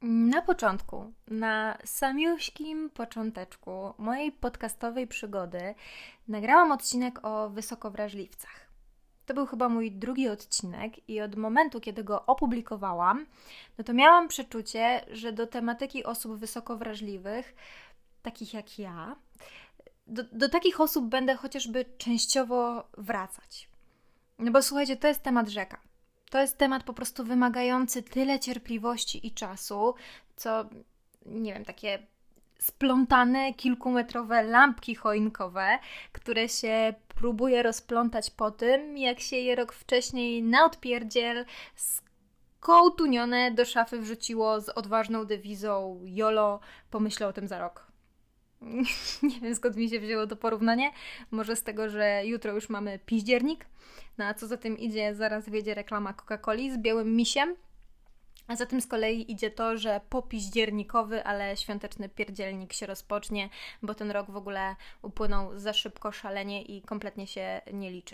Na początku, na samiuśkim począteczku mojej podcastowej przygody nagrałam odcinek o wysokowrażliwcach. To był chyba mój drugi odcinek i od momentu, kiedy go opublikowałam, to miałam przeczucie, że do tematyki osób wysokowrażliwych, takich jak ja, do takich osób będę chociażby częściowo wracać. No bo słuchajcie, to jest temat rzeka. To jest temat po prostu wymagający tyle cierpliwości i czasu, co, nie wiem, takie splątane, kilkumetrowe lampki choinkowe, które się próbuje rozplątać po tym, jak się je rok wcześniej na odpierdziel skołtunione do szafy wrzuciło z odważną dewizą YOLO, pomyślę o tym za rok. Nie wiem, skąd mi się wzięło to porównanie. Może z tego, że jutro już mamy piździernik, no a co za tym idzie, zaraz wjedzie reklama Coca-Coli z białym misiem, a za tym z kolei idzie to, że popiździernikowy, ale świąteczny pierdzielnik się rozpocznie, bo ten rok w ogóle upłynął za szybko, szalenie i kompletnie się nie liczy.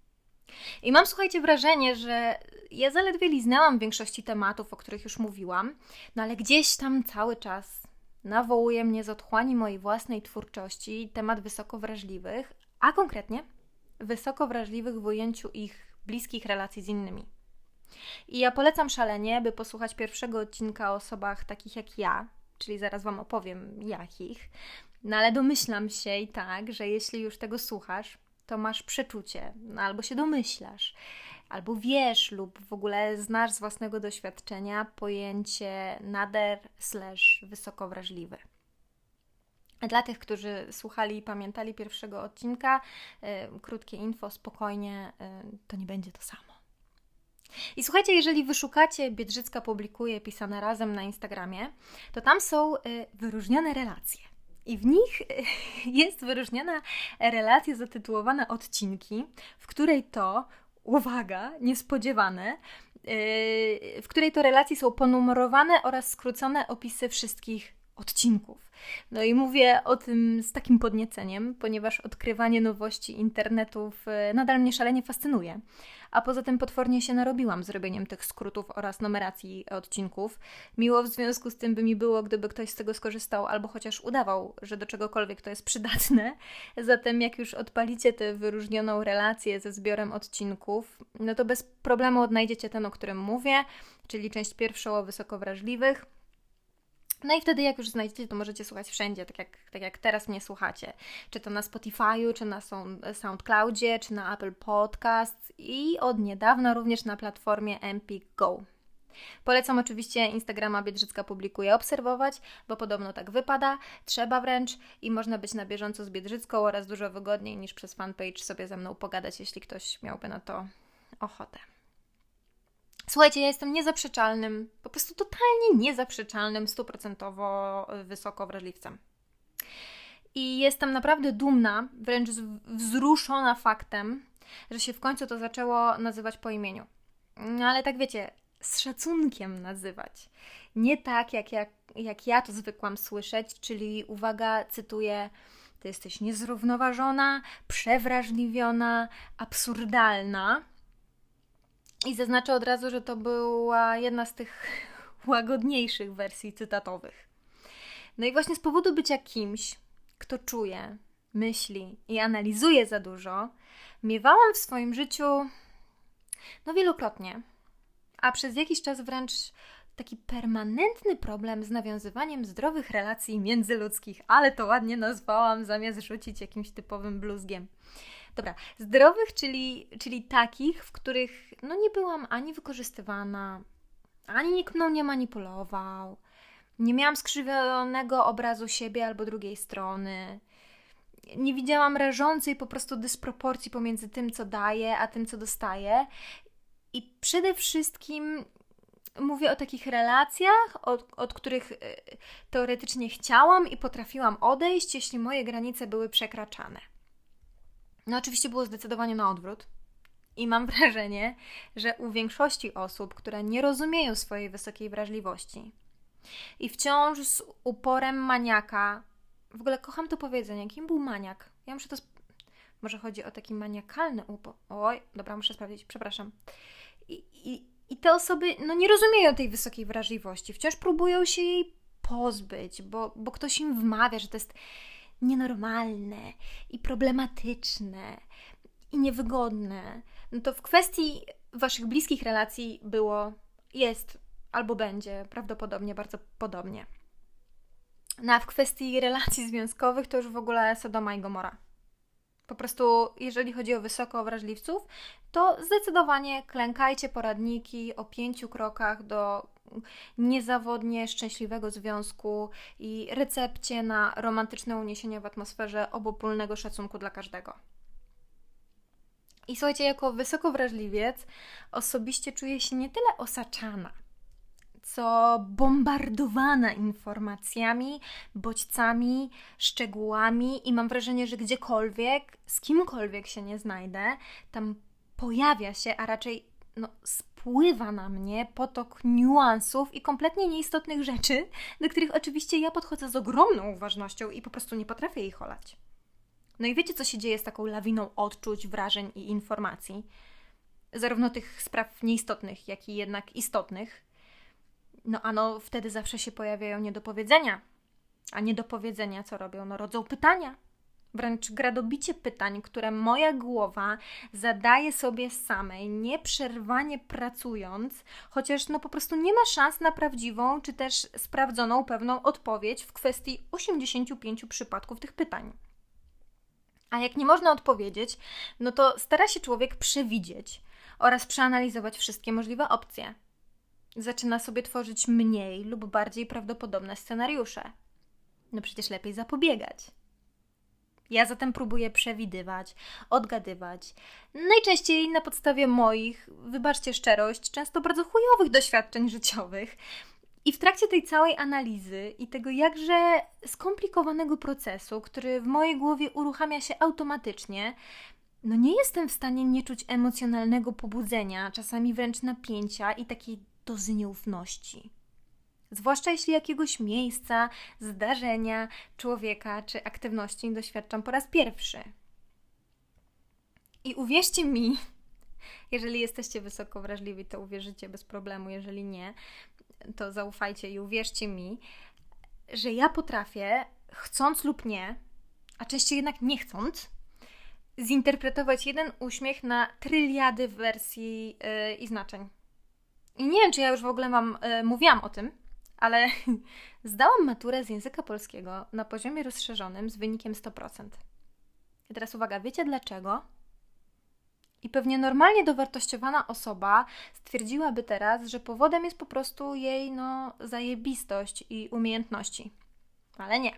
I mam, słuchajcie, wrażenie, że ja zaledwie liznęłam większości tematów, o których już mówiłam, no ale gdzieś tam cały czas nawołuje mnie z otchłani mojej własnej twórczości temat wysokowrażliwych, a konkretnie wysokowrażliwych w ujęciu ich bliskich relacji z innymi. I ja polecam szalenie, by posłuchać pierwszego odcinka o osobach takich jak ja, czyli zaraz Wam opowiem jakich, no ale domyślam się i tak, że jeśli już tego słuchasz, to masz przeczucie, no albo się domyślasz, albo wiesz lub w ogóle znasz z własnego doświadczenia pojęcie nader/wysokowrażliwy. Dla tych, którzy słuchali i pamiętali pierwszego odcinka, krótkie info, spokojnie, to nie będzie to samo. I słuchajcie, jeżeli wyszukacie Biedrzycka publikuje pisane razem na Instagramie, to tam są wyróżnione relacje. I w nich jest wyróżniona relacja zatytułowana Odcinki, w której to, uwaga, niespodziewane, w której to relacji są ponumerowane oraz skrócone opisy wszystkich odcinków. No i mówię o tym z takim podnieceniem, ponieważ odkrywanie nowości internetów nadal mnie szalenie fascynuje. A poza tym potwornie się narobiłam z robieniem tych skrótów oraz numeracji odcinków. Miło w związku z tym by mi było, gdyby ktoś z tego skorzystał albo chociaż udawał, że do czegokolwiek to jest przydatne. Zatem jak już odpalicie tę wyróżnioną relację ze zbiorem odcinków, no to bez problemu odnajdziecie ten, o którym mówię, czyli część pierwszą o wysokowrażliwych. No i wtedy jak już znajdziecie, to możecie słuchać wszędzie, tak jak teraz mnie słuchacie. Czy to na Spotify'u, czy na SoundCloudzie, czy na Apple Podcasts i od niedawna również na platformie Empik Go. Polecam oczywiście Instagrama Biedrzycka publikuje obserwować, bo podobno tak wypada, trzeba wręcz i można być na bieżąco z Biedrzycką oraz dużo wygodniej niż przez fanpage sobie ze mną pogadać, jeśli ktoś miałby na to ochotę. Słuchajcie, ja jestem niezaprzeczalnym, po prostu totalnie niezaprzeczalnym, 100% wysokowrażliwcem. I jestem naprawdę dumna, wręcz wzruszona faktem, że się w końcu to zaczęło nazywać po imieniu. No ale tak wiecie, z szacunkiem nazywać. Nie tak, jak ja to zwykłam słyszeć, czyli uwaga, cytuję: ty jesteś niezrównoważona, przewrażliwiona, absurdalna. I zaznaczę od razu, że to była jedna z tych łagodniejszych wersji cytatowych. No i właśnie z powodu bycia kimś, kto czuje, myśli i analizuje za dużo, miewałam w swoim życiu wielokrotnie, a przez jakiś czas wręcz taki permanentny problem z nawiązywaniem zdrowych relacji międzyludzkich, ale to ładnie nazwałam, zamiast rzucić jakimś typowym bluzgiem. Dobra, zdrowych, czyli takich, w których nie byłam ani wykorzystywana, ani nikt mną nie manipulował, nie miałam skrzywionego obrazu siebie albo drugiej strony, nie widziałam rażącej po prostu dysproporcji pomiędzy tym, co daję, a tym, co dostaję. I przede wszystkim mówię o takich relacjach, od których teoretycznie chciałam i potrafiłam odejść, jeśli moje granice były przekraczane. No oczywiście było zdecydowanie na odwrót i mam wrażenie, że u większości osób, które nie rozumieją swojej wysokiej wrażliwości i wciąż z uporem maniaka, w ogóle kocham to powiedzenie, kim był maniak? Ja muszę to... Może chodzi o taki maniakalny upór. Oj, dobra, muszę sprawdzić, przepraszam. I te osoby nie rozumieją tej wysokiej wrażliwości, wciąż próbują się jej pozbyć, bo ktoś im wmawia, że to jest nienormalne i problematyczne i niewygodne. No to w kwestii waszych bliskich relacji jest albo będzie prawdopodobnie bardzo podobnie. No a w kwestii relacji związkowych to już w ogóle Sodoma i Gomora. Po prostu, jeżeli chodzi o wysoko wrażliwców, to zdecydowanie klękajcie poradniki o 5 krokach do niezawodnie szczęśliwego związku i recepcie na romantyczne uniesienie w atmosferze obopólnego szacunku dla każdego. I słuchajcie, jako wysoko wrażliwiec osobiście czuję się nie tyle osaczana, co bombardowana informacjami, bodźcami, szczegółami i mam wrażenie, że gdziekolwiek, z kimkolwiek się nie znajdę, tam pojawia się, a raczej spływa na mnie potok niuansów i kompletnie nieistotnych rzeczy, do których oczywiście ja podchodzę z ogromną uważnością i po prostu nie potrafię ich olać. No i wiecie, co się dzieje z taką lawiną odczuć, wrażeń i informacji? Zarówno tych spraw nieistotnych, jak i jednak istotnych. Wtedy zawsze się pojawiają niedopowiedzenia. A niedopowiedzenia co robią? Rodzą pytania. Wręcz gradobicie pytań, które moja głowa zadaje sobie samej, nieprzerwanie pracując, chociaż po prostu nie ma szans na prawdziwą, czy też sprawdzoną pewną odpowiedź w kwestii 85 przypadków tych pytań. A jak nie można odpowiedzieć, to stara się człowiek przewidzieć oraz przeanalizować wszystkie możliwe opcje. Zaczyna sobie tworzyć mniej lub bardziej prawdopodobne scenariusze. Przecież lepiej zapobiegać. Ja zatem próbuję przewidywać, odgadywać. Najczęściej na podstawie moich, wybaczcie szczerość, często bardzo chujowych doświadczeń życiowych. I w trakcie tej całej analizy i tego jakże skomplikowanego procesu, który w mojej głowie uruchamia się automatycznie, nie jestem w stanie nie czuć emocjonalnego pobudzenia, czasami wręcz napięcia i takiej dozy nieufności. Zwłaszcza jeśli jakiegoś miejsca, zdarzenia, człowieka czy aktywności doświadczam po raz pierwszy. I uwierzcie mi, jeżeli jesteście wysoko wrażliwi, to uwierzycie bez problemu, jeżeli nie, to zaufajcie i uwierzcie mi, że ja potrafię, chcąc lub nie, a częściej jednak nie chcąc, zinterpretować jeden uśmiech na tryliady wersji i znaczeń. I nie wiem, czy ja już w ogóle mówiłam o tym, ale zdałam maturę z języka polskiego na poziomie rozszerzonym z wynikiem 100%. I teraz uwaga, wiecie dlaczego? I pewnie normalnie dowartościowana osoba stwierdziłaby teraz, że powodem jest po prostu jej zajebistość i umiejętności. Ale nie.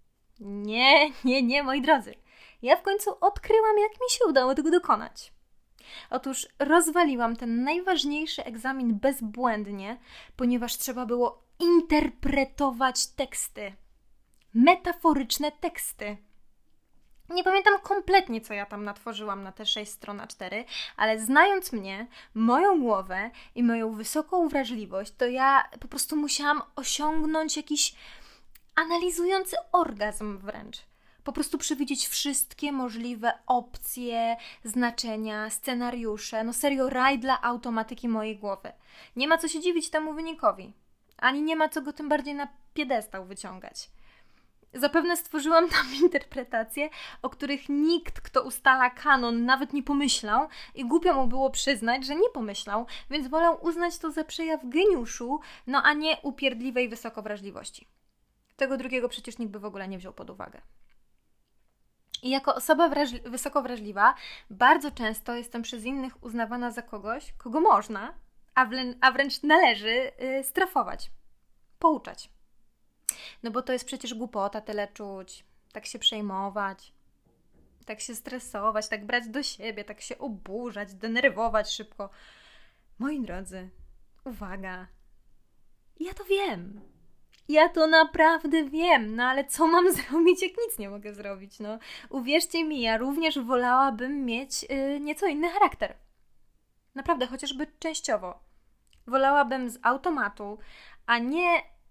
Nie, moi drodzy. Ja w końcu odkryłam, jak mi się udało tego dokonać. Otóż rozwaliłam ten najważniejszy egzamin bezbłędnie, ponieważ trzeba było interpretować teksty. Metaforyczne teksty. Nie pamiętam kompletnie, co ja tam natworzyłam na te 6 stron A4, ale znając mnie, moją głowę i moją wysoką wrażliwość, to ja po prostu musiałam osiągnąć jakiś analizujący orgazm wręcz. Po prostu przewidzieć wszystkie możliwe opcje, znaczenia, scenariusze. Serio, raj dla automatyki mojej głowy. Nie ma co się dziwić temu wynikowi. Ani nie ma co go tym bardziej na piedestał wyciągać. Zapewne stworzyłam tam interpretacje, o których nikt, kto ustala kanon, nawet nie pomyślał i głupio mu było przyznać, że nie pomyślał, więc wolał uznać to za przejaw geniuszu, a nie upierdliwej wysokowrażliwości. Tego drugiego przecież nikt by w ogóle nie wziął pod uwagę. I jako osoba wysoko wrażliwa bardzo często jestem przez innych uznawana za kogoś, kogo można, a wręcz należy strefować, pouczać. Bo to jest przecież głupota tyle czuć, tak się przejmować, tak się stresować, tak brać do siebie, tak się oburzać, denerwować szybko. Moi drodzy, uwaga, ja to wiem. Ja to naprawdę wiem, ale co mam zrobić, jak nic nie mogę zrobić? Uwierzcie mi, ja również wolałabym mieć nieco inny charakter. Naprawdę, chociażby częściowo. Wolałabym z automatu, a nie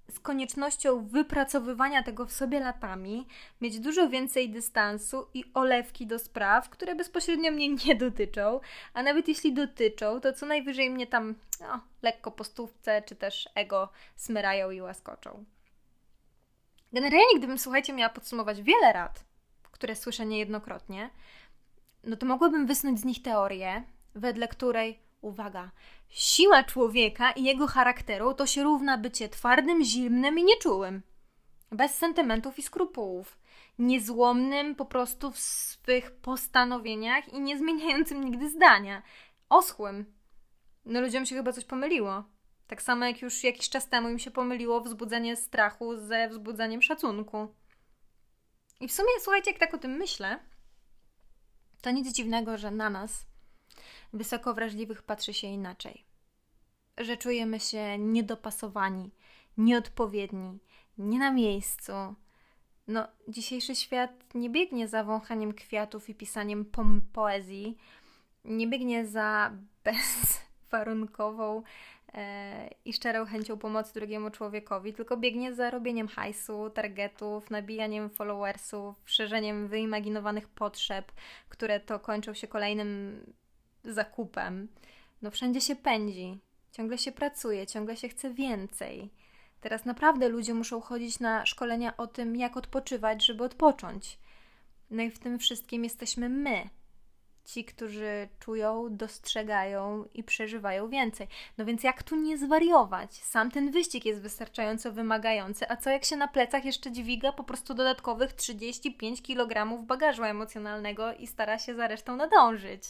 z koniecznością wypracowywania tego w sobie latami, mieć dużo więcej dystansu i olewki do spraw, które bezpośrednio mnie nie dotyczą, a nawet jeśli dotyczą, to co najwyżej mnie tam lekko po stówce, czy też ego smyrają i łaskoczą. Generalnie, gdybym, słuchajcie, miała podsumować wiele rad, które słyszę niejednokrotnie, no to mogłabym wysnuć z nich teorię, wedle której, uwaga, siła człowieka i jego charakteru to się równa bycie twardym, zimnym i nieczułym. Bez sentymentów i skrupułów. Niezłomnym po prostu w swych postanowieniach i nie zmieniającym nigdy zdania. Oschłym. No ludziom się chyba coś pomyliło. Tak samo jak już jakiś czas temu im się pomyliło wzbudzenie strachu ze wzbudzeniem szacunku. I w sumie, słuchajcie, jak tak o tym myślę, to nic dziwnego, że na nas, wysoko wrażliwych, patrzy się inaczej. Że czujemy się niedopasowani, nieodpowiedni, nie na miejscu. No, dzisiejszy świat nie biegnie za wąchaniem kwiatów i pisaniem poezji, nie biegnie za bezwarunkową i szczerą chęcią pomocy drugiemu człowiekowi, tylko biegnie za robieniem hajsu, targetów, nabijaniem followersów, szerzeniem wyimaginowanych potrzeb, które to kończą się kolejnym zakupem. No wszędzie się pędzi, ciągle się pracuje, ciągle się chce więcej. Teraz naprawdę ludzie muszą chodzić na szkolenia o tym, jak odpoczywać, żeby odpocząć. No i w tym wszystkim jesteśmy my. Ci, którzy czują, dostrzegają i przeżywają więcej. No więc jak tu nie zwariować? Sam ten wyścig jest wystarczająco wymagający, a co jak się na plecach jeszcze dźwiga po prostu dodatkowych 35 kg bagażu emocjonalnego i stara się za resztą nadążyć?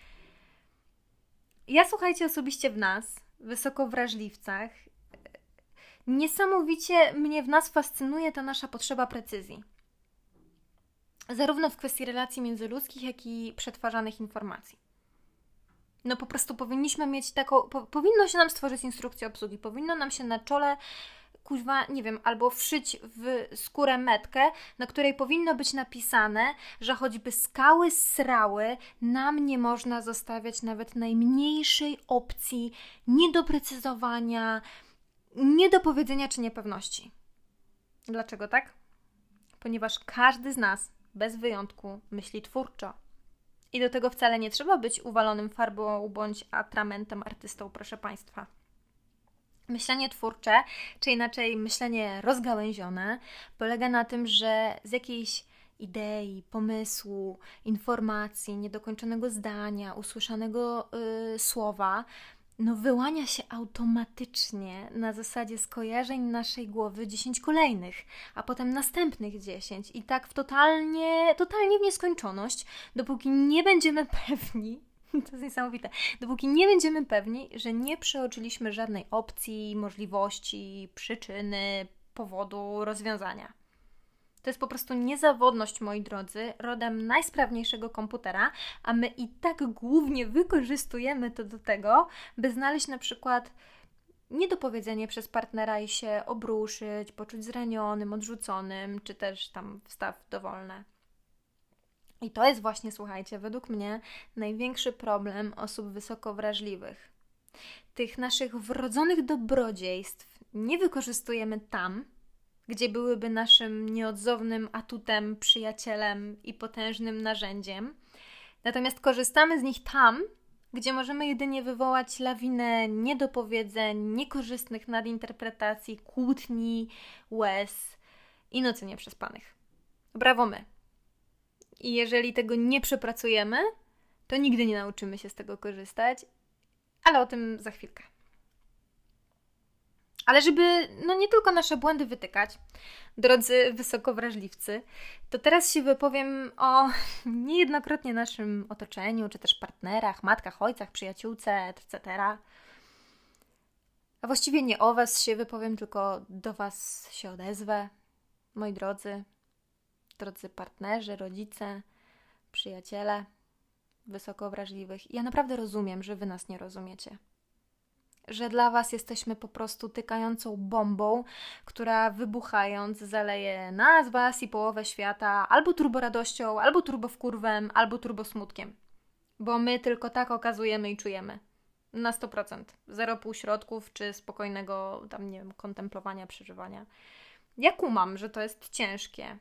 Ja, słuchajcie, osobiście w nas, wysoko wrażliwcach, niesamowicie mnie w nas fascynuje ta nasza potrzeba precyzji. Zarówno w kwestii relacji międzyludzkich, jak i przetwarzanych informacji. No po prostu powinniśmy mieć taką... powinno się nam stworzyć instrukcję obsługi. Powinno nam się na czole, nie wiem, albo wszyć w skórę metkę, na której powinno być napisane, że choćby skały srały, nam nie można zostawiać nawet najmniejszej opcji niedoprecyzowania, niedopowiedzenia czy niepewności. Dlaczego tak? Ponieważ każdy z nas, bez wyjątku, myśli twórczo. I do tego wcale nie trzeba być uwalonym farbą bądź atramentem artystą, proszę Państwa. Myślenie twórcze, czy inaczej myślenie rozgałęzione, polega na tym, że z jakiejś idei, pomysłu, informacji, niedokończonego zdania, usłyszanego słowa, wyłania się automatycznie na zasadzie skojarzeń naszej głowy 10 kolejnych, a potem następnych 10 i tak w totalnie w nieskończoność, dopóki nie będziemy pewni, to jest niesamowite, dopóki nie będziemy pewni, że nie przeoczyliśmy żadnej opcji, możliwości, przyczyny, powodu, rozwiązania. To jest po prostu niezawodność, moi drodzy, rodem najsprawniejszego komputera, a my i tak głównie wykorzystujemy to do tego, by znaleźć na przykład niedopowiedzenie przez partnera i się obruszyć, poczuć zranionym, odrzuconym, czy też tam wstaw dowolne. I to jest właśnie, słuchajcie, według mnie największy problem osób wysoko wrażliwych. Tych naszych wrodzonych dobrodziejstw nie wykorzystujemy tam, gdzie byłyby naszym nieodzownym atutem, przyjacielem i potężnym narzędziem. Natomiast korzystamy z nich tam, gdzie możemy jedynie wywołać lawinę niedopowiedzeń, niekorzystnych nadinterpretacji, kłótni, łez i nocy nieprzespanych. Brawo my! I jeżeli tego nie przepracujemy, to nigdy nie nauczymy się z tego korzystać, ale o tym za chwilkę. Ale żeby nie tylko nasze błędy wytykać, drodzy wysokowrażliwcy, to teraz się wypowiem o niejednokrotnie naszym otoczeniu, czy też partnerach, matkach, ojcach, przyjaciółce, etc. A właściwie nie o Was się wypowiem, tylko do Was się odezwę, moi drodzy partnerzy, rodzice, przyjaciele wysokowrażliwych. Ja naprawdę rozumiem, że Wy nas nie rozumiecie. Że dla Was jesteśmy po prostu tykającą bombą, która wybuchając zaleje nas, Was i połowę świata albo turboradością, albo turbowkurwem, albo turbosmutkiem. Bo my tylko tak okazujemy i czujemy. Na 100%. Zero półśrodków, czy spokojnego tam, nie wiem, kontemplowania, przeżywania. Ja kumam, że to jest ciężkie.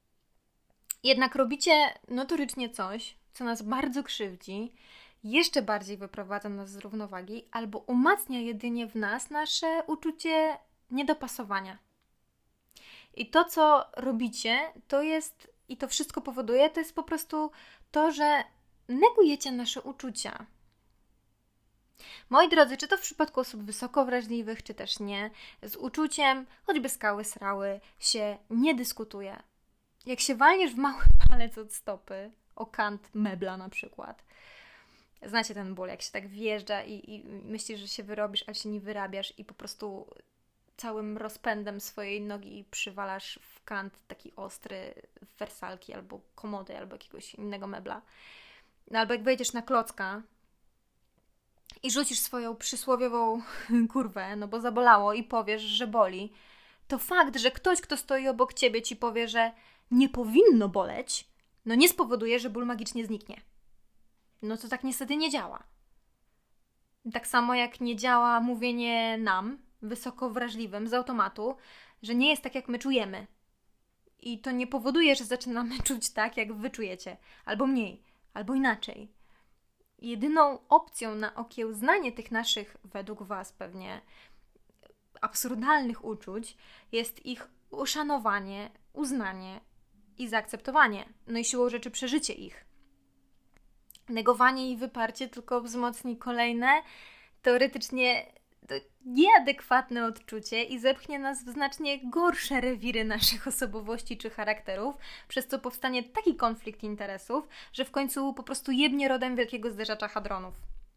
Jednak robicie notorycznie coś, co nas bardzo krzywdzi, jeszcze bardziej wyprowadza nas z równowagi, albo umacnia jedynie w nas nasze uczucie niedopasowania. I to, co robicie, to jest, i to wszystko powoduje, to jest po prostu to, że negujecie nasze uczucia. Moi drodzy, czy to w przypadku osób wysoko wrażliwych, czy też nie, z uczuciem, choćby skały srały, się nie dyskutuje. Jak się walniesz w mały palec od stopy, o kant mebla na przykład, znacie ten ból, jak się tak wjeżdża i myślisz, że się wyrobisz, ale się nie wyrabiasz i po prostu całym rozpędem swojej nogi przywalasz w kant taki ostry wersalki albo komody, albo jakiegoś innego mebla. No albo jak wejdziesz na klocka i rzucisz swoją przysłowiową kurwę, no bo zabolało i powiesz, że boli, to fakt, że ktoś, kto stoi obok ciebie ci powie, że nie powinno boleć, no nie spowoduje, że ból magicznie zniknie. No to tak niestety nie działa. Tak samo jak nie działa mówienie nam, wysoko wrażliwym, z automatu, że nie jest tak, jak my czujemy. I to nie powoduje, że zaczynamy czuć tak, jak wy czujecie. Albo mniej, albo inaczej. Jedyną opcją na okiełznanie tych naszych, według was pewnie, absurdalnych uczuć jest ich uszanowanie, uznanie i zaakceptowanie. No i siłą rzeczy przeżycie ich. Negowanie i wyparcie tylko wzmocni kolejne, teoretycznie nieadekwatne odczucie i zepchnie nas w znacznie gorsze rewiry naszych osobowości czy charakterów, przez co powstanie taki konflikt interesów, że w końcu po prostu jebnie rodem wielkiego zderzacza hadronów.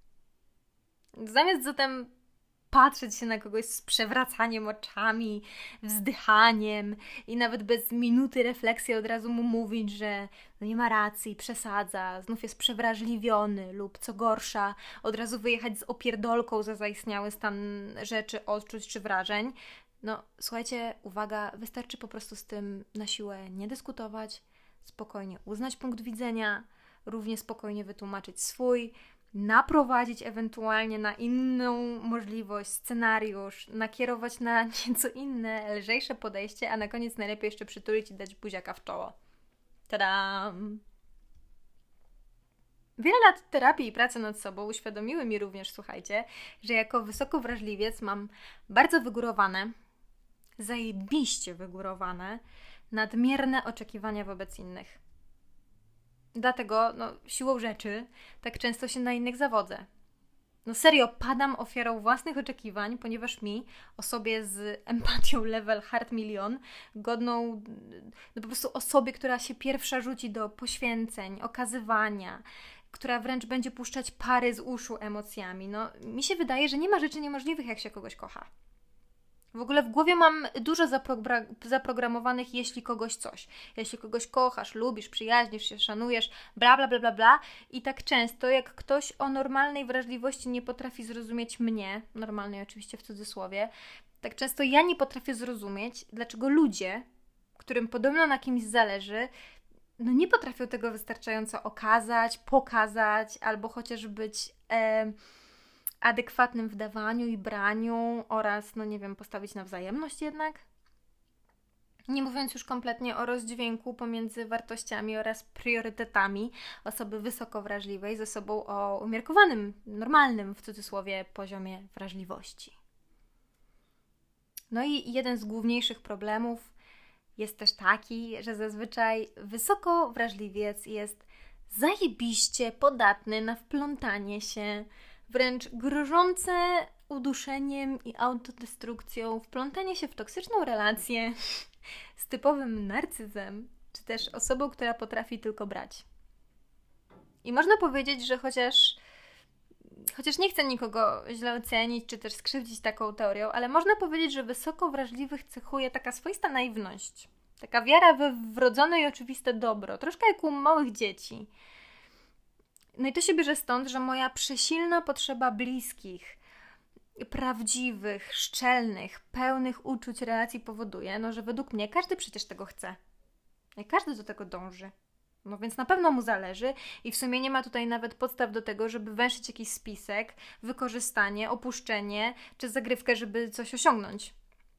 Zamiast zatem patrzeć się na kogoś z przewracaniem oczami, wzdychaniem i nawet bez minuty refleksji od razu mu mówić, że no nie ma racji, przesadza, znów jest przewrażliwiony lub co gorsza, od razu wyjechać z opierdolką za zaistniały stan rzeczy, odczuć czy wrażeń. No słuchajcie, uwaga, wystarczy po prostu z tym na siłę nie dyskutować, spokojnie uznać punkt widzenia, równie spokojnie wytłumaczyć swój, naprowadzić ewentualnie na inną możliwość, scenariusz, nakierować na nieco inne, lżejsze podejście, a na koniec najlepiej jeszcze przytulić i dać buziaka w czoło. Tadam! Wiele lat terapii i pracy nad sobą uświadomiły mi również, słuchajcie, że jako wysoko wrażliwiec mam bardzo wygórowane, zajebiście wygórowane, nadmierne oczekiwania wobec innych. Dlatego, siłą rzeczy, tak często się na innych zawodzę. Serio, padam ofiarą własnych oczekiwań, ponieważ mi, osobie z empatią level hard milion, godną, po prostu osobie, która się pierwsza rzuci do poświęceń, okazywania, która wręcz będzie puszczać pary z uszu emocjami. Mi się wydaje, że nie ma rzeczy niemożliwych, jak się kogoś kocha. W ogóle w głowie mam dużo zaprogramowanych jeśli kogoś coś. Jeśli kogoś kochasz, lubisz, przyjaźnisz się, szanujesz, bla, bla, bla, bla, bla. I tak często, jak ktoś o normalnej wrażliwości nie potrafi zrozumieć mnie, normalnej oczywiście w cudzysłowie, tak często ja nie potrafię zrozumieć, dlaczego ludzie, którym podobno na kimś zależy, nie potrafią tego wystarczająco okazać, pokazać, albo chociaż być adekwatnym w dawaniu i braniu oraz, postawić na wzajemność jednak. Nie mówiąc już kompletnie o rozdźwięku pomiędzy wartościami oraz priorytetami osoby wysoko wrażliwej ze sobą o umiarkowanym, normalnym, w cudzysłowie, poziomie wrażliwości. I jeden z główniejszych problemów jest też taki, że zazwyczaj wysoko wrażliwiec jest zajebiście podatny na wplątanie się, wręcz grożące uduszeniem i autodestrukcją, wplątanie się w toksyczną relację z typowym narcyzem, czy też osobą, która potrafi tylko brać. I można powiedzieć, że chociaż nie chcę nikogo źle ocenić, czy też skrzywdzić taką teorią, ale można powiedzieć, że wysoko wrażliwych cechuje taka swoista naiwność. Taka wiara we wrodzone i oczywiste dobro, troszkę jak u małych dzieci. I to się bierze stąd, że moja przesilna potrzeba bliskich, prawdziwych, szczelnych, pełnych uczuć relacji powoduje, że według mnie każdy przecież tego chce. I każdy do tego dąży. No więc na pewno mu zależy i w sumie nie ma tutaj nawet podstaw do tego, żeby węszyć jakiś spisek, wykorzystanie, opuszczenie czy zagrywkę, żeby coś osiągnąć.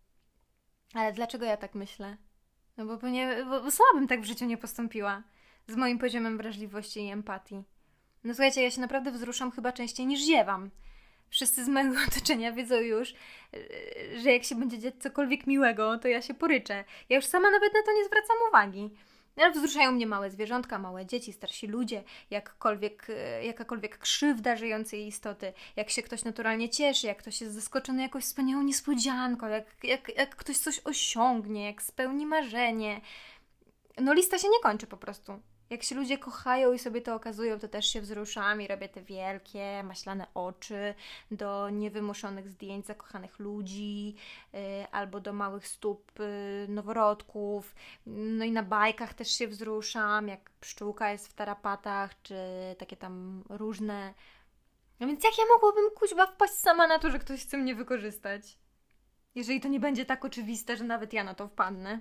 Ale dlaczego ja tak myślę? No bo pewnie, bo sama bym tak w życiu nie postąpiła. Z moim poziomem wrażliwości i empatii. No słuchajcie, ja się naprawdę wzruszam chyba częściej niż ziewam. Wszyscy z mojego otoczenia wiedzą już, że jak się będzie dziać cokolwiek miłego, to ja się poryczę. Ja już sama nawet na to nie zwracam uwagi. Ale wzruszają mnie małe zwierzątka, małe dzieci, starsi ludzie, jakakolwiek krzywda żyjącej istoty, jak się ktoś naturalnie cieszy, jak ktoś jest zaskoczony jakąś wspaniałą niespodzianką, jak ktoś coś osiągnie, jak spełni marzenie. No lista się nie kończy po prostu. Jak się ludzie kochają i sobie to okazują, to też się wzruszam i robię te wielkie, maślane oczy do niewymuszonych zdjęć zakochanych ludzi albo do małych stóp noworodków. No i na bajkach też się wzruszam, jak pszczółka jest w tarapatach, czy takie tam różne. No więc jak ja mogłabym, kuźwa, wpaść sama na to, że ktoś chce mnie wykorzystać? Jeżeli to nie będzie tak oczywiste, że nawet ja na to wpadnę.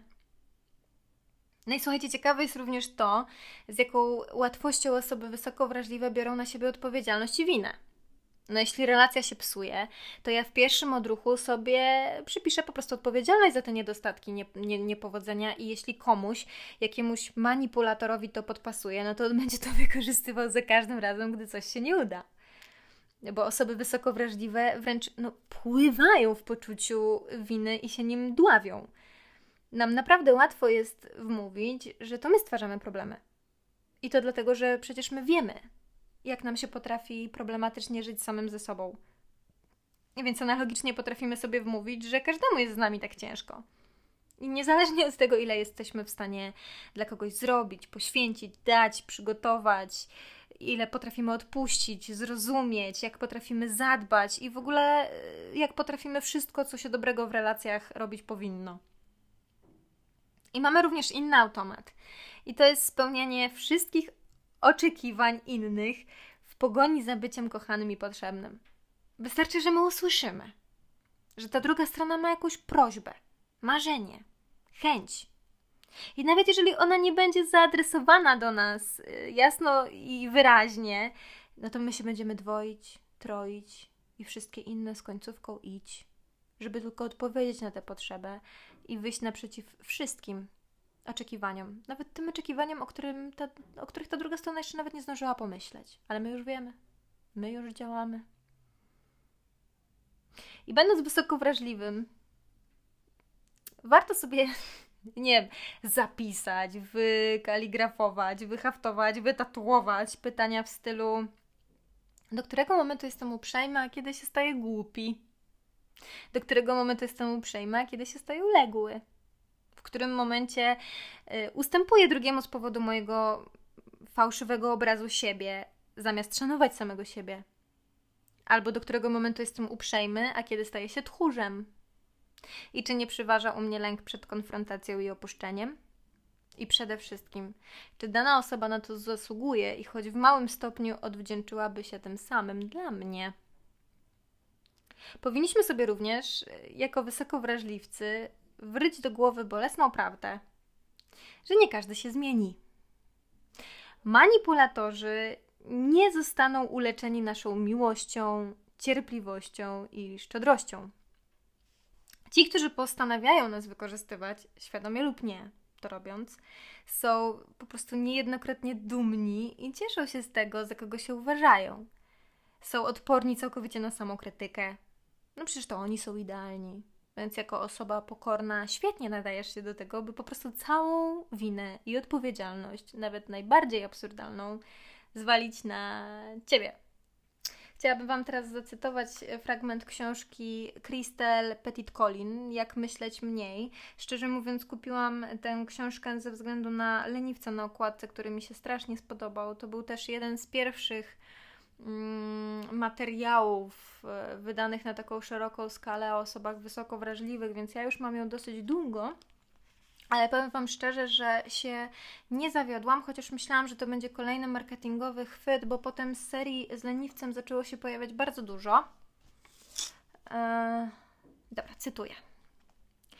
No i słuchajcie, ciekawe jest również to, z jaką łatwością osoby wysoko wrażliwe biorą na siebie odpowiedzialność i winę. No jeśli relacja się psuje, to ja w pierwszym odruchu sobie przypiszę po prostu odpowiedzialność za te niedostatki, niepowodzenia i jeśli komuś, jakiemuś manipulatorowi to podpasuje, no to on będzie to wykorzystywał za każdym razem, gdy coś się nie uda. Bo osoby wysoko wrażliwe wręcz pływają w poczuciu winy i się nim dławią. Nam naprawdę łatwo jest wmówić, że to my stwarzamy problemy. I to dlatego, że przecież my wiemy, jak nam się potrafi problematycznie żyć samym ze sobą. I więc analogicznie potrafimy sobie wmówić, że każdemu jest z nami tak ciężko. I niezależnie od tego, ile jesteśmy w stanie dla kogoś zrobić, poświęcić, dać, przygotować, ile potrafimy odpuścić, zrozumieć, jak potrafimy zadbać i w ogóle jak potrafimy wszystko, co się dobrego w relacjach robić powinno. I mamy również inny automat. I to jest spełnianie wszystkich oczekiwań innych w pogoni za byciem kochanym i potrzebnym. Wystarczy, że my usłyszymy, że ta druga strona ma jakąś prośbę, marzenie, chęć. I nawet jeżeli ona nie będzie zaadresowana do nas jasno i wyraźnie, no to my się będziemy dwoić, troić i wszystkie inne z końcówką idź, żeby tylko odpowiedzieć na tę potrzebę i wyjść naprzeciw wszystkim oczekiwaniom. Nawet tym oczekiwaniom, o których ta druga strona jeszcze nawet nie zdążyła pomyśleć. Ale my już wiemy. My już działamy. I będąc wysoko wrażliwym, warto sobie, nie wiem, zapisać, wykaligrafować, wyhaftować, wytatuować pytania w stylu: do którego momentu jestem uprzejma, a kiedy się staję głupi? Do którego momentu jestem uprzejma, a kiedy się staję uległy? W którym momencie ustępuję drugiemu z powodu mojego fałszywego obrazu siebie, zamiast szanować samego siebie? Albo do którego momentu jestem uprzejmy, a kiedy staję się tchórzem? I czy nie przeważa u mnie lęk przed konfrontacją i opuszczeniem? I przede wszystkim, czy dana osoba na to zasługuje i choć w małym stopniu odwdzięczyłaby się tym samym dla mnie? Powinniśmy sobie również, jako wysoko wrażliwcy, wryć do głowy bolesną prawdę, że nie każdy się zmieni. Manipulatorzy nie zostaną uleczeni naszą miłością, cierpliwością i szczodrością. Ci, którzy postanawiają nas wykorzystywać, świadomie lub nie, to robiąc, są po prostu niejednokrotnie dumni i cieszą się z tego, za kogo się uważają. Są odporni całkowicie na samokrytykę. No przecież to oni są idealni. Więc jako osoba pokorna świetnie nadajesz się do tego, by po prostu całą winę i odpowiedzialność, nawet najbardziej absurdalną, zwalić na Ciebie. Chciałabym Wam teraz zacytować fragment książki Christelle Pettit-Collin, Jak myśleć mniej. Szczerze mówiąc, kupiłam tę książkę ze względu na leniwca na okładce, który mi się strasznie spodobał. To był też jeden z pierwszych materiałów wydanych na taką szeroką skalę o osobach wysoko wrażliwych, więc ja już mam ją dosyć długo, ale powiem Wam szczerze, że się nie zawiodłam, chociaż myślałam, że to będzie kolejny marketingowy chwyt, bo potem z serii z leniwcem zaczęło się pojawiać bardzo dużo. Dobra, cytuję.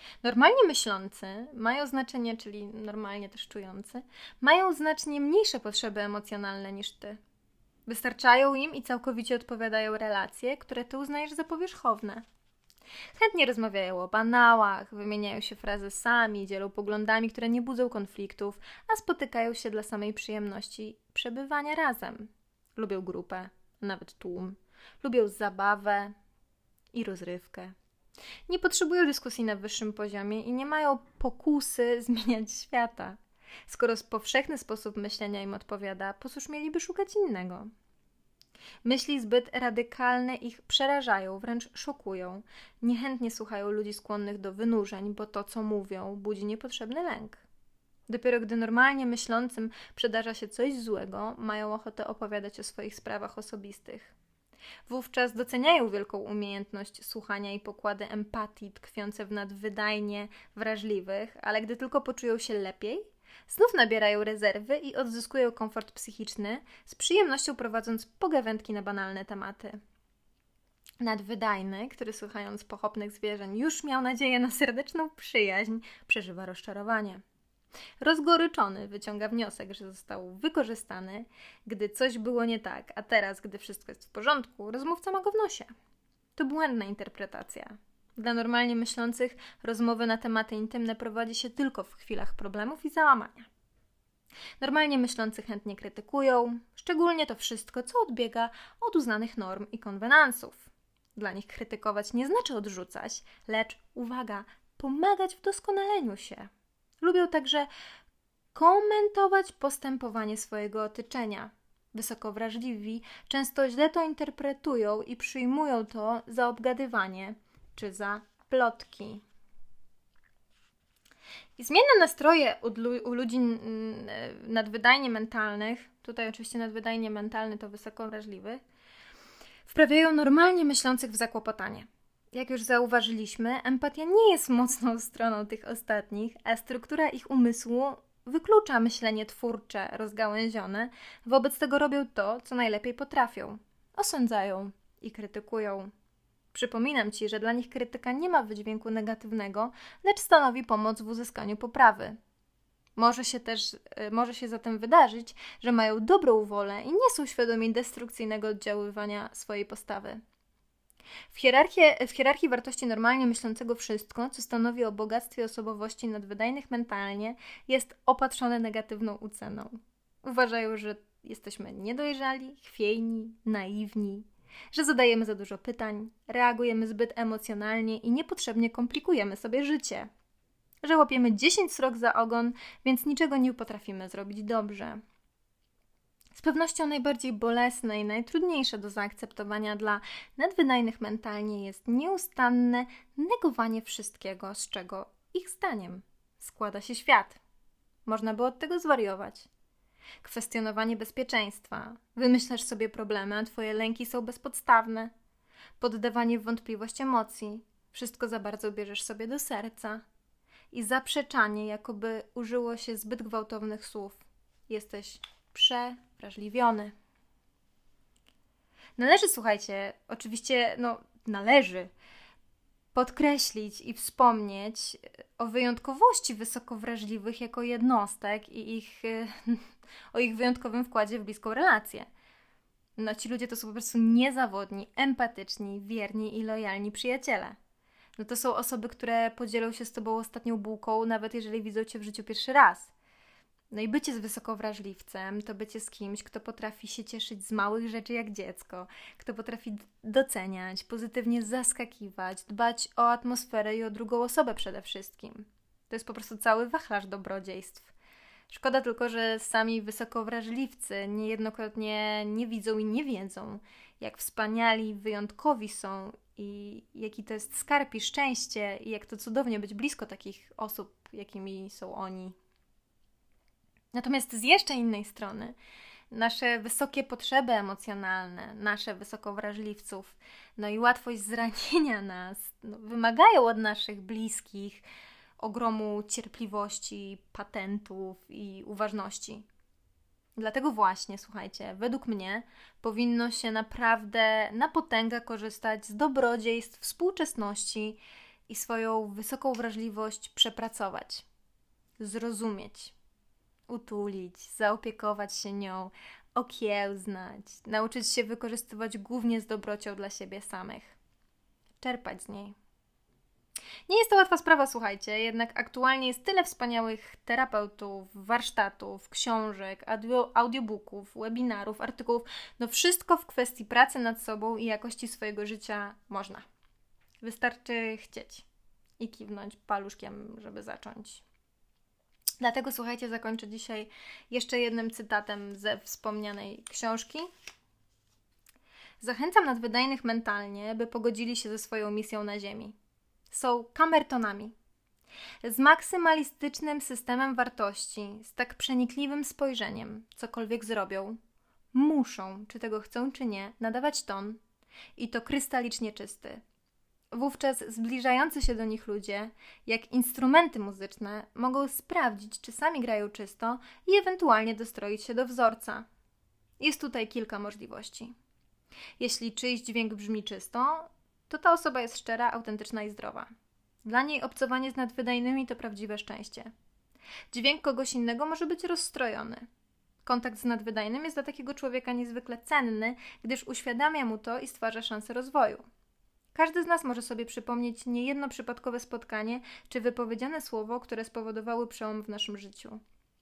Normalnie myślący mają znaczenie, czyli normalnie też czujący, mają znacznie mniejsze potrzeby emocjonalne niż ty. Wystarczają im i całkowicie odpowiadają relacje, które ty uznajesz za powierzchowne. Chętnie rozmawiają o banałach, wymieniają się frazesami, dzielą poglądami, które nie budzą konfliktów, a spotykają się dla samej przyjemności przebywania razem. Lubią grupę, nawet tłum. Lubią zabawę i rozrywkę. Nie potrzebują dyskusji na wyższym poziomie i nie mają pokusy zmieniać świata. Skoro powszechny sposób myślenia im odpowiada, po cóż mieliby szukać innego? Myśli zbyt radykalne ich przerażają, wręcz szokują. Niechętnie słuchają ludzi skłonnych do wynurzeń, bo to, co mówią, budzi niepotrzebny lęk. Dopiero gdy normalnie myślącym przydarza się coś złego, mają ochotę opowiadać o swoich sprawach osobistych. Wówczas doceniają wielką umiejętność słuchania i pokłady empatii tkwiące w nadwydajnie wrażliwych, ale gdy tylko poczują się lepiej, znów nabierają rezerwy i odzyskują komfort psychiczny, z przyjemnością prowadząc pogawędki na banalne tematy. Nadwydajny, który słuchając pochopnych zwierzeń już miał nadzieję na serdeczną przyjaźń, przeżywa rozczarowanie. Rozgoryczony wyciąga wniosek, że został wykorzystany, gdy coś było nie tak, a teraz, gdy wszystko jest w porządku, rozmówca ma go w nosie. To błędna interpretacja. Dla normalnie myślących rozmowy na tematy intymne prowadzi się tylko w chwilach problemów i załamania. Normalnie myślący chętnie krytykują, szczególnie to wszystko, co odbiega od uznanych norm i konwenansów. Dla nich krytykować nie znaczy odrzucać, lecz, uwaga, pomagać w doskonaleniu się. Lubią także komentować postępowanie swojego otoczenia. Wysoko wrażliwi często źle to interpretują i przyjmują to za obgadywanie czy za plotki. I zmienne nastroje u ludzi nadwydajnie mentalnych, tutaj oczywiście nadwydajnie mentalny to wysoko wrażliwy, wprawiają normalnie myślących w zakłopotanie. Jak już zauważyliśmy, empatia nie jest mocną stroną tych ostatnich, a struktura ich umysłu wyklucza myślenie twórcze, rozgałęzione, wobec tego robią to, co najlepiej potrafią. Osądzają i krytykują. Przypominam Ci, że dla nich krytyka nie ma wydźwięku negatywnego, lecz stanowi pomoc w uzyskaniu poprawy. Może się zatem wydarzyć, że mają dobrą wolę i nie są świadomi destrukcyjnego oddziaływania swojej postawy. W hierarchii wartości normalnie myślącego wszystko, co stanowi o bogactwie osobowości nadwydajnych mentalnie, jest opatrzone negatywną uceną. Uważają, że jesteśmy niedojrzali, chwiejni, naiwni, że zadajemy za dużo pytań, reagujemy zbyt emocjonalnie i niepotrzebnie komplikujemy sobie życie, że łapiemy 10 srok za ogon, więc niczego nie potrafimy zrobić dobrze. Z pewnością najbardziej bolesne i najtrudniejsze do zaakceptowania dla nadwydajnych mentalnie jest nieustanne negowanie wszystkiego, z czego ich zdaniem składa się świat. Można by od tego zwariować. Kwestionowanie bezpieczeństwa. Wymyślasz sobie problemy, a twoje lęki są bezpodstawne. Poddawanie w wątpliwość emocji. Wszystko za bardzo bierzesz sobie do serca. I zaprzeczanie, jakoby użyło się zbyt gwałtownych słów. Jesteś przewrażliwiony. Należy, słuchajcie, oczywiście, należy podkreślić i wspomnieć o wyjątkowości wysoko wrażliwych jako jednostek i o ich wyjątkowym wkładzie w bliską relację. Ci ludzie to są po prostu niezawodni, empatyczni, wierni i lojalni przyjaciele. To są osoby, które podzielą się z tobą ostatnią bułką, nawet jeżeli widzą cię w życiu pierwszy raz. I bycie z wysokowrażliwcem to bycie z kimś, kto potrafi się cieszyć z małych rzeczy jak dziecko, kto potrafi doceniać, pozytywnie zaskakiwać, dbać o atmosferę i o drugą osobę przede wszystkim. To jest po prostu cały wachlarz dobrodziejstw. Szkoda tylko, że sami wysokowrażliwcy niejednokrotnie nie widzą i nie wiedzą, jak wspaniali, wyjątkowi są i jaki to jest skarb i szczęście i jak to cudownie być blisko takich osób, jakimi są oni. Natomiast z jeszcze innej strony nasze wysokie potrzeby emocjonalne, nasze wysokowrażliwców, i łatwość zranienia nas wymagają od naszych bliskich ogromu cierpliwości, patentów i uważności. Dlatego właśnie, słuchajcie, według mnie powinno się naprawdę na potęgę korzystać z dobrodziejstw współczesności i swoją wysoką wrażliwość przepracować, zrozumieć, utulić, zaopiekować się nią, okiełznać, nauczyć się wykorzystywać głównie z dobrocią dla siebie samych, czerpać z niej. Nie jest to łatwa sprawa, słuchajcie, jednak aktualnie jest tyle wspaniałych terapeutów, warsztatów, książek, audiobooków, webinarów, artykułów, no wszystko w kwestii pracy nad sobą i jakości swojego życia można. Wystarczy chcieć i kiwnąć paluszkiem, żeby zacząć. Dlatego, słuchajcie, zakończę dzisiaj jeszcze jednym cytatem ze wspomnianej książki. Zachęcam nadwydajnych mentalnie, by pogodzili się ze swoją misją na Ziemi. Są kamertonami. Z maksymalistycznym systemem wartości, z tak przenikliwym spojrzeniem, cokolwiek zrobią, muszą, czy tego chcą, czy nie, nadawać ton i to krystalicznie czysty. Wówczas zbliżający się do nich ludzie, jak instrumenty muzyczne, mogą sprawdzić, czy sami grają czysto i ewentualnie dostroić się do wzorca. Jest tutaj kilka możliwości. Jeśli czyjś dźwięk brzmi czysto, to ta osoba jest szczera, autentyczna i zdrowa. Dla niej obcowanie z nadwydajnymi to prawdziwe szczęście. Dźwięk kogoś innego może być rozstrojony. Kontakt z nadwydajnym jest dla takiego człowieka niezwykle cenny, gdyż uświadamia mu to i stwarza szansę rozwoju. Każdy z nas może sobie przypomnieć niejedno przypadkowe spotkanie czy wypowiedziane słowo, które spowodowały przełom w naszym życiu.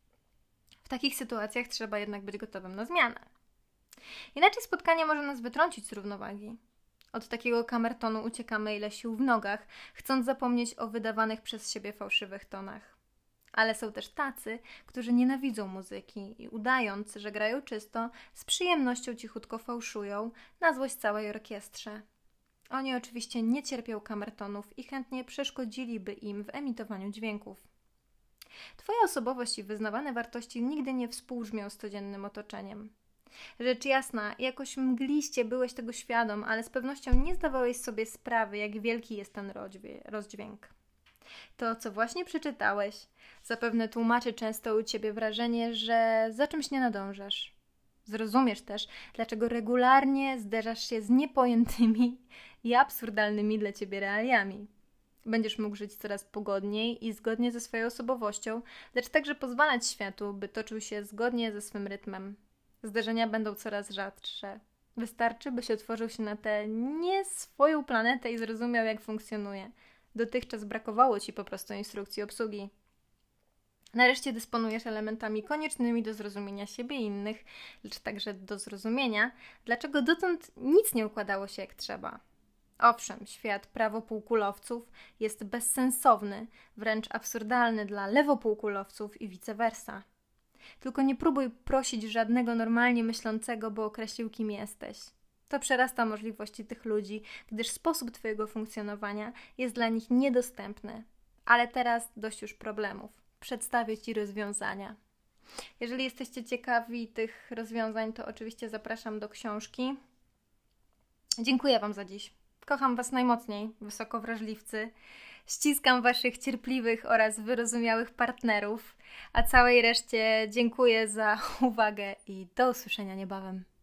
W takich sytuacjach trzeba jednak być gotowym na zmianę. Inaczej spotkanie może nas wytrącić z równowagi. Od takiego kamertonu uciekamy ile sił w nogach, chcąc zapomnieć o wydawanych przez siebie fałszywych tonach. Ale są też tacy, którzy nienawidzą muzyki i udając, że grają czysto, z przyjemnością cichutko fałszują na złość całej orkiestrze. Oni oczywiście nie cierpią kamertonów i chętnie przeszkodziliby im w emitowaniu dźwięków. Twoja osobowość i wyznawane wartości nigdy nie współbrzmią z codziennym otoczeniem. Rzecz jasna, jakoś mgliście byłeś tego świadom, ale z pewnością nie zdawałeś sobie sprawy, jak wielki jest ten rozdźwięk. To, co właśnie przeczytałeś, zapewne tłumaczy często u Ciebie wrażenie, że za czymś nie nadążasz. Zrozumiesz też, dlaczego regularnie zderzasz się z niepojętymi i absurdalnymi dla Ciebie realiami. Będziesz mógł żyć coraz pogodniej i zgodnie ze swoją osobowością, lecz także pozwalać światu, by toczył się zgodnie ze swym rytmem. Zderzenia będą coraz rzadsze. Wystarczy, byś otworzył się na tę nie swoją planetę i zrozumiał, jak funkcjonuje. Dotychczas brakowało Ci po prostu instrukcji obsługi. Nareszcie dysponujesz elementami koniecznymi do zrozumienia siebie i innych, lecz także do zrozumienia, dlaczego dotąd nic nie układało się jak trzeba. Owszem, świat prawopółkulowców jest bezsensowny, wręcz absurdalny dla lewopółkulowców i vice versa. Tylko nie próbuj prosić żadnego normalnie myślącego, by określił, kim jesteś. To przerasta możliwości tych ludzi, gdyż sposób Twojego funkcjonowania jest dla nich niedostępny. Ale teraz dość już problemów. Przedstawię Ci rozwiązania. Jeżeli jesteście ciekawi tych rozwiązań, to oczywiście zapraszam do książki. Dziękuję Wam za dziś. Kocham Was najmocniej, wysoko wrażliwcy. Ściskam Waszych cierpliwych oraz wyrozumiałych partnerów, a całej reszcie dziękuję za uwagę i do usłyszenia niebawem.